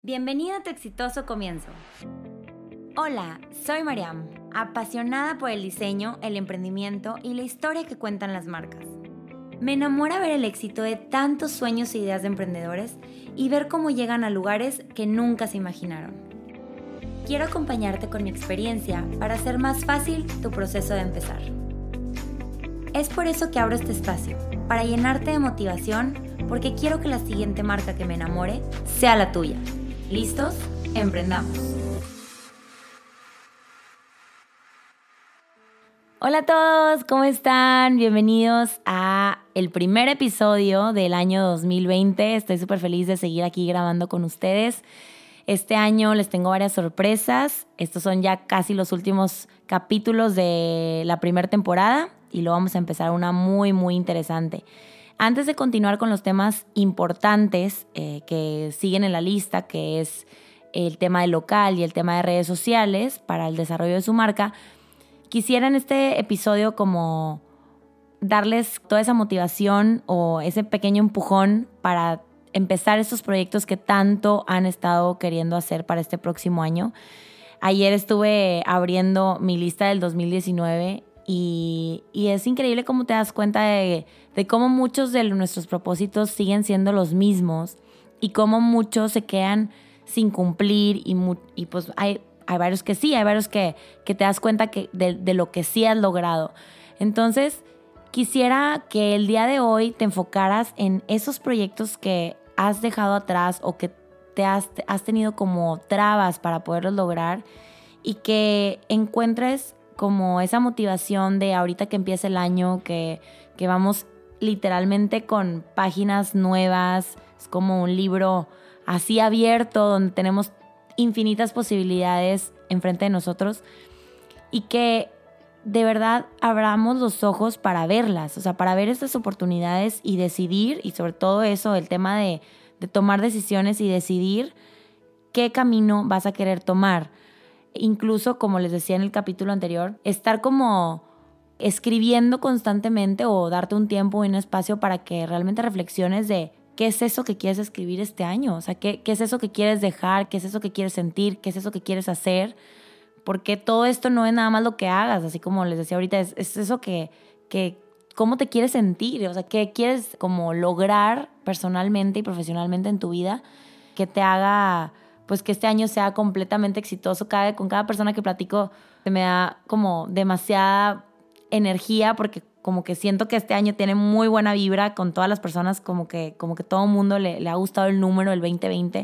Bienvenido a tu exitoso comienzo. Hola, soy Mariam, apasionada por el diseño, el emprendimiento y la historia que cuentan las marcas. Me enamora ver el éxito de tantos sueños e ideas de emprendedores y ver cómo llegan a lugares que nunca se imaginaron. Quiero acompañarte con mi experiencia para hacer más fácil tu proceso de empezar. Es por eso que abro este espacio, para llenarte de motivación, porque quiero que la siguiente marca que me enamore sea la tuya. ¿Listos? ¡Emprendamos! Hola a todos, ¿cómo están? Bienvenidos a el primer episodio del año 2020. Estoy súper feliz de seguir aquí grabando con ustedes. Este año les tengo varias sorpresas. Estos son ya casi los últimos capítulos de la primera temporada y luego vamos a empezar una muy interesante. Antes de continuar con los temas importantes que siguen en la lista, que es el tema del local y el tema de redes sociales para el desarrollo de su marca, quisiera en este episodio como darles toda esa motivación o ese pequeño empujón para empezar estos proyectos que tanto han estado queriendo hacer para este próximo año. Ayer estuve abriendo mi lista del 2019 y es increíble cómo te das cuenta de cómo muchos de nuestros propósitos siguen siendo los mismos y cómo muchos se quedan sin cumplir y pues hay varios que sí, hay varios que te das cuenta que de lo que sí has logrado. Entonces, quisiera que el día de hoy te enfocaras en esos proyectos que has dejado atrás o que te has tenido como trabas para poderlos lograr y que encuentres como esa motivación de ahorita que empieza el año, que vamos literalmente con páginas nuevas, es como un libro así abierto donde tenemos infinitas posibilidades enfrente de nosotros y que de verdad abramos los ojos para verlas, o sea, para ver estas oportunidades y decidir, y sobre todo eso, el tema de tomar decisiones y decidir qué camino vas a querer tomar. Incluso, como les decía en el capítulo anterior, estar como escribiendo constantemente o darte un tiempo y un espacio para que realmente reflexiones de qué es eso que quieres escribir este año. O sea, qué es eso que quieres dejar, qué es eso que quieres sentir, qué es eso que quieres hacer. Porque todo esto no es nada más lo que hagas, así como les decía ahorita, es eso que cómo te quieres sentir, o sea, qué quieres como lograr personalmente y profesionalmente en tu vida que te haga pues que este año sea completamente exitoso. Con cada persona que platico se me da como demasiada energía porque como que siento que este año tiene muy buena vibra con todas las personas, como que todo el mundo le ha gustado el número del 2020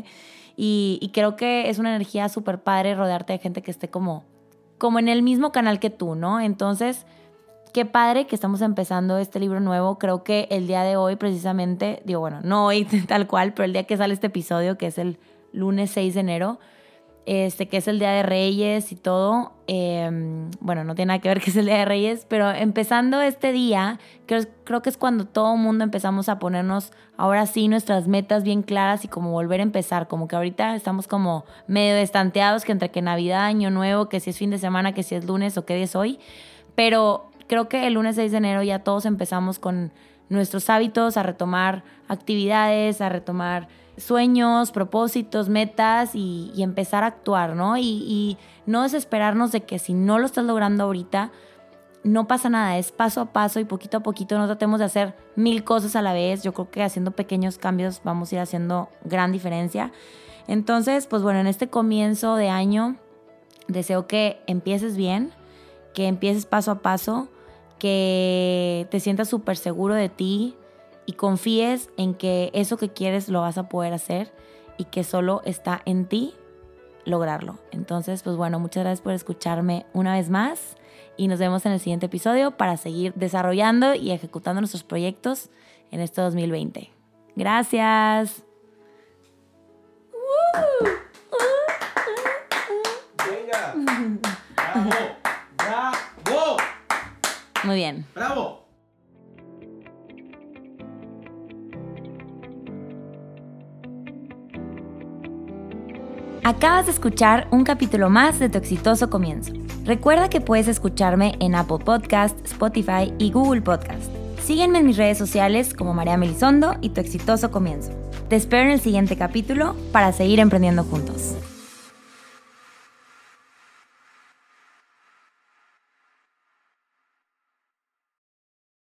y creo que es una energía súper padre rodearte de gente que esté como en el mismo canal que tú, ¿no? Entonces, qué padre que estamos empezando este libro nuevo. Creo que el día de hoy precisamente, digo, bueno, no hoy tal cual, pero el día que sale este episodio, que es el lunes 6 de enero, que es el Día de Reyes y todo. Bueno, no tiene nada que ver que es el Día de Reyes, pero empezando este día, creo que es cuando todo el mundo empezamos a ponernos ahora sí nuestras metas bien claras y como volver a empezar. Como que ahorita estamos como medio destanteados, que entre que Navidad, Año Nuevo, que si es fin de semana, que si es lunes o qué día es hoy. Pero creo que el lunes 6 de enero ya todos empezamos con nuestros hábitos, a retomar actividades, a retomar sueños, propósitos, metas y empezar a actuar, ¿no? Y no desesperarnos de que si no lo estás logrando ahorita, no pasa nada, es paso a paso y poquito a poquito. No tratemos de hacer 1000 cosas a la vez. Yo creo que haciendo pequeños cambios vamos a ir haciendo gran diferencia. Entonces, pues bueno, en este comienzo de año deseo que empieces bien, que empieces paso a paso, que te sientas súper seguro de ti y confíes en que eso que quieres lo vas a poder hacer y que solo está en ti lograrlo. Entonces, pues bueno, muchas gracias por escucharme una vez más y nos vemos en el siguiente episodio para seguir desarrollando y ejecutando nuestros proyectos en este 2020. Gracias. Venga. Bravo. Bravo. Muy bien. Bravo. Acabas de escuchar un capítulo más de Tu Exitoso Comienzo. Recuerda que puedes escucharme en Apple Podcast, Spotify y Google Podcast. Sígueme en mis redes sociales como Mariam Elizondo y Tu Exitoso Comienzo. Te espero en el siguiente capítulo para seguir emprendiendo juntos.